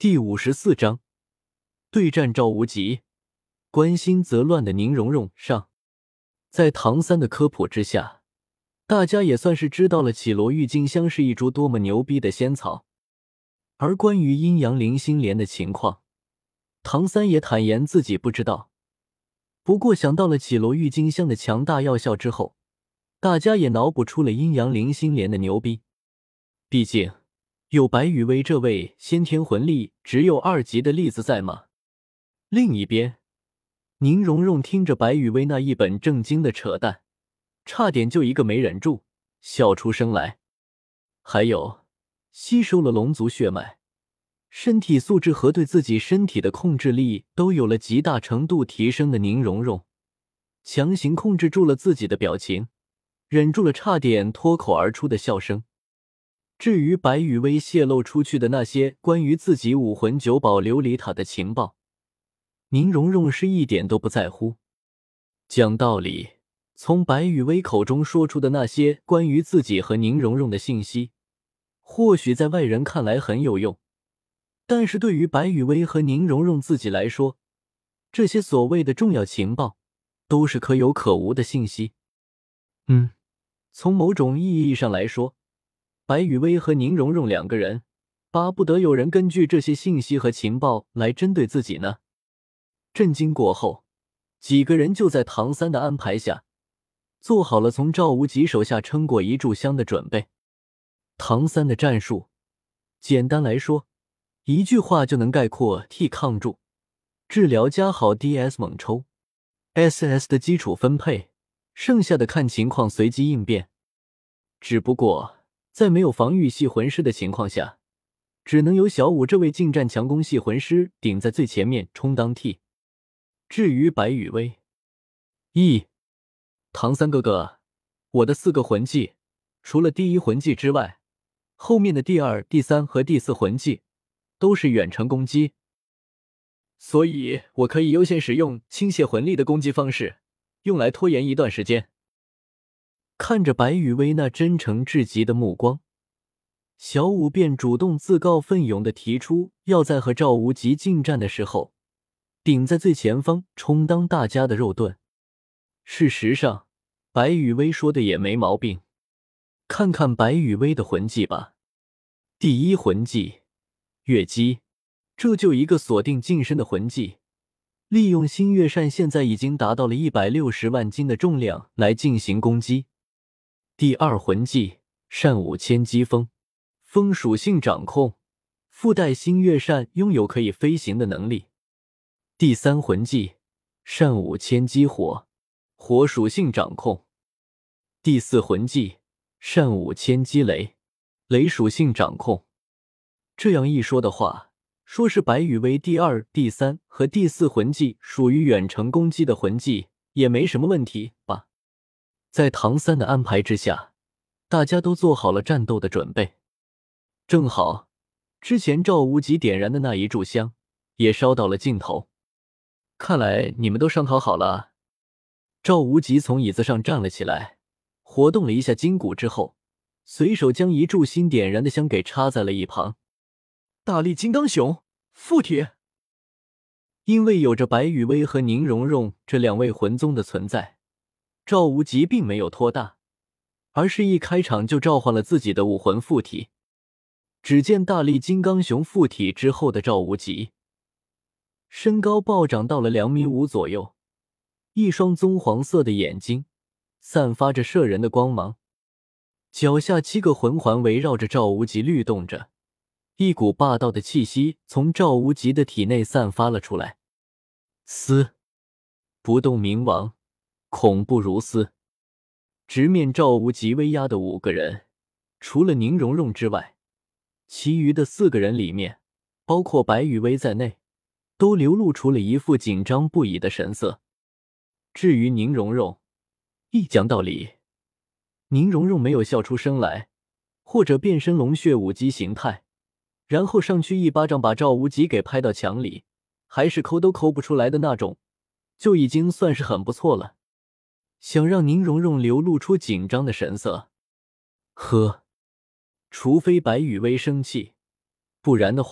第54章对战赵无极，关心则乱的宁荣荣上。在唐三的科普之下，大家也算是知道了绮罗郁金香是一株多么牛逼的仙草。而关于阴阳灵心莲的情况，唐三也坦言自己不知道。不过想到了绮罗郁金香的强大药效之后，大家也脑补出了阴阳灵心莲的牛逼。毕竟有白羽薇这位先天魂力只有2级的例子在嘛。另一边，宁荣荣听着白羽薇那一本正经的扯淡，差点就一个没忍住笑出声来。还有吸收了龙族血脉，身体素质和对自己身体的控制力都有了极大程度提升的宁荣荣，强行控制住了自己的表情，忍住了差点脱口而出的笑声。至于白羽薇泄露出去的那些关于自己武魂9宝琉璃塔的情报，宁荣荣是一点都不在乎。讲道理，从白羽薇口中说出的那些关于自己和宁荣荣的信息，或许在外人看来很有用，但是对于白羽薇和宁荣荣自己来说，这些所谓的重要情报都是可有可无的信息。从某种意义上来说，白羽薇和宁荣荣两个人巴不得有人根据这些信息和情报来针对自己呢。震惊过后，几个人就在唐三的安排下做好了从赵无极手下撑过一炷香的准备。唐三的战术简单来说，一句话就能概括： T 抗住，治疗加好 DS 猛抽， SS 的基础分配，剩下的看情况随机应变。只不过在没有防御系魂师的情况下，只能由小五这位近战强攻系魂师顶在最前面充当 T。 至于白羽薇，唐三哥哥，我的4个魂技除了第1魂技之外，后面的第2、第3和第4魂技都是远程攻击，所以我可以优先使用倾泻魂力的攻击方式，用来拖延一段时间。看着白羽薇那真诚至极的目光，小五便主动自告奋勇地提出要在和赵无极近战的时候顶在最前方，充当大家的肉盾。事实上白羽薇说的也没毛病，看看白羽薇的魂技吧。第1魂技月姬，这就一个锁定近身的魂技，利用星月扇现在已经达到了160万斤的重量来进行攻击。第2魂技扇舞千机风，风属性掌控，附带星月扇拥有可以飞行的能力。第3魂技扇舞千机火，火属性掌控。第4魂技扇舞千机雷，雷属性掌控。这样一说的话，说是白羽薇第2、第3和第4魂技属于远程攻击的魂技也没什么问题吧。在唐三的安排之下，大家都做好了战斗的准备。正好之前赵无极点燃的那一炷香也烧到了尽头。看来你们都商讨好了啊。赵无极从椅子上站了起来，活动了一下筋骨之后，随手将一炷新点燃的香给插在了一旁。大力金刚熊附体。因为有着白羽薇和宁荣荣这2位魂宗的存在，赵无极并没有拖大，而是一开场就召唤了自己的武魂附体。只见大力金刚熊附体之后的赵无极，身高暴涨到了2.5米左右，一双棕黄色的眼睛散发着摄人的光芒，脚下7个魂环围绕着赵无极律动着，一股霸道的气息从赵无极的体内散发了出来。不动明王，恐怖如斯。直面赵无极威压的5个人，除了宁荣荣之外，其余的4个人里面，包括白羽薇在内，都流露出了一副紧张不已的神色。至于宁荣荣，讲道理，宁荣荣没有笑出声来，或者变身龙血武姬形态，然后上去一巴掌把赵无极给拍到墙里，还是抠都抠不出来的那种，就已经算是很不错了。想让宁荣荣流露出紧张的神色，除非白羽薇生气，不然的话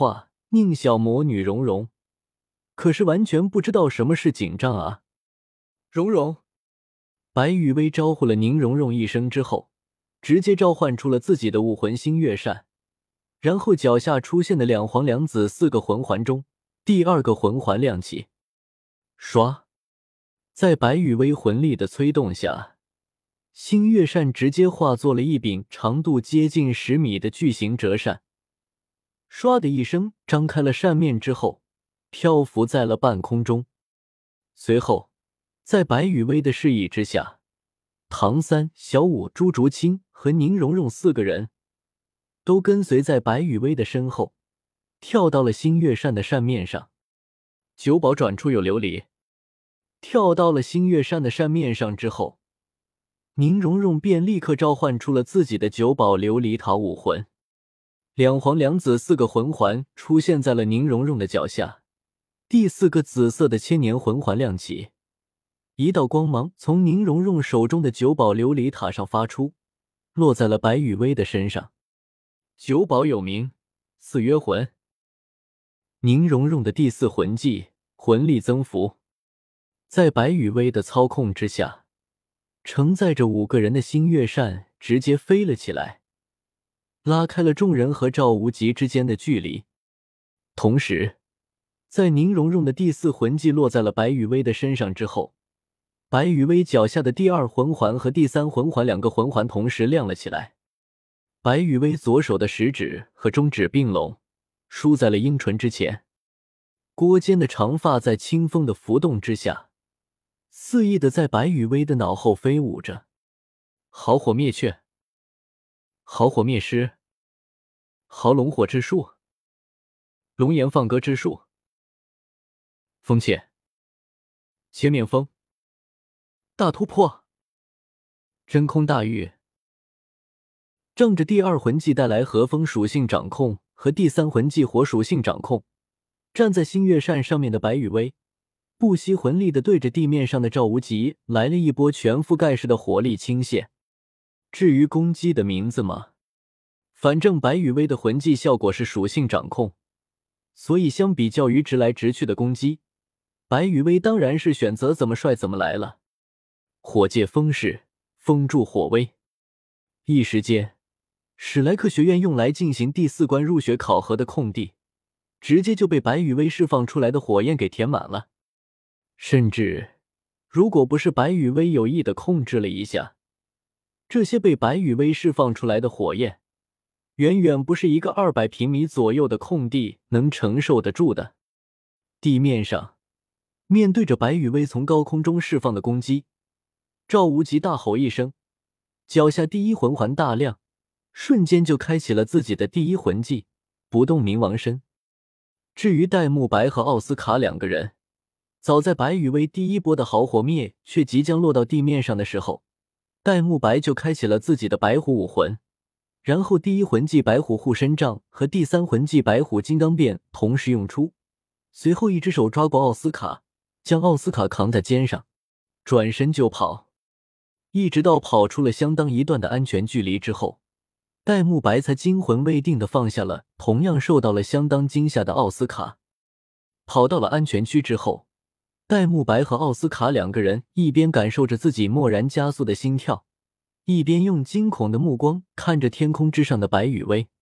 宁小魔女蓉蓉可是完全不知道什么是紧张啊。蓉蓉，白羽薇招呼了宁荣荣一声之后，直接召唤出了自己的武魂星月扇，然后脚下出现的两黄两紫四个魂环中，第二个魂环亮起，唰，在白羽薇魂力的催动下，星月扇直接化作了一柄长度接近10米的巨型折扇，唰的一声张开了扇面之后，漂浮在了半空中。随后在白羽薇的示意之下，唐三、小舞、朱竹清和宁荣荣4个人都跟随在白羽薇的身后，跳到了星月扇的扇面上。九宝转出有琉璃，跳到了星月扇的扇面上之后，宁荣荣便立刻召唤出了自己的九宝琉璃塔武魂。两黄两紫4个魂环出现在了宁荣荣的脚下，第4个紫色的千年魂环亮起，一道光芒从宁荣荣手中的九宝琉璃塔上发出，落在了白羽薇的身上。九宝有名，四约魂。宁荣荣的第4魂技魂力增幅，在白羽薇的操控之下，承载着5个人的星月扇直接飞了起来，拉开了众人和赵无极之间的距离。同时在宁荣荣的第4魂技落在了白羽薇的身上之后，白羽薇脚下的第2魂环和第3魂环2个魂环同时亮了起来。白羽薇左手的食指和中指并拢，梳在了樱唇之前，郭肩的长发在清风的浮动之下，肆意的在白羽薇的脑后飞舞着。豪火灭却，豪火灭尸，豪龙火之术，龙炎放歌之术，风切，千面风，大突破，真空大域。仗着第2魂技带来和风属性掌控和第3魂技火属性掌控，站在星月扇上面的白羽薇不惜魂力的对着地面上的赵无极来了一波全覆盖式的火力倾泻。至于攻击的名字嘛，反正白羽薇的魂技效果是属性掌控，所以相比较于直来直去的攻击，白羽薇当然是选择怎么帅怎么来了。火借风势，风助火威。一时间，史莱克学院用来进行第4关入学考核的空地直接就被白羽薇释放出来的火焰给填满了。甚至如果不是白羽薇有意的控制了一下，这些被白羽薇释放出来的火焰远远不是一个200平米左右的空地能承受得住的。地面上，面对着白羽薇从高空中释放的攻击，赵无极大吼一声，脚下第1魂环大亮，瞬间就开启了自己的第1魂技不动冥王身。至于戴沐白和奥斯卡2个人，早在白羽薇第1波的豪火灭却即将落到地面上的时候，戴沐白就开启了自己的白虎武魂，然后第1魂技白虎护身杖和第3魂技白虎金刚变同时用出，随后一只手抓过奥斯卡，将奥斯卡扛在肩上，转身就跑。一直到跑出了相当一段的安全距离之后，戴沐白才惊魂未定地放下了同样受到了相当惊吓的奥斯卡。跑到了安全区之后，戴沐白和奥斯卡2个人一边感受着自己蓦然加速的心跳，一边用惊恐的目光看着天空之上的白羽薇。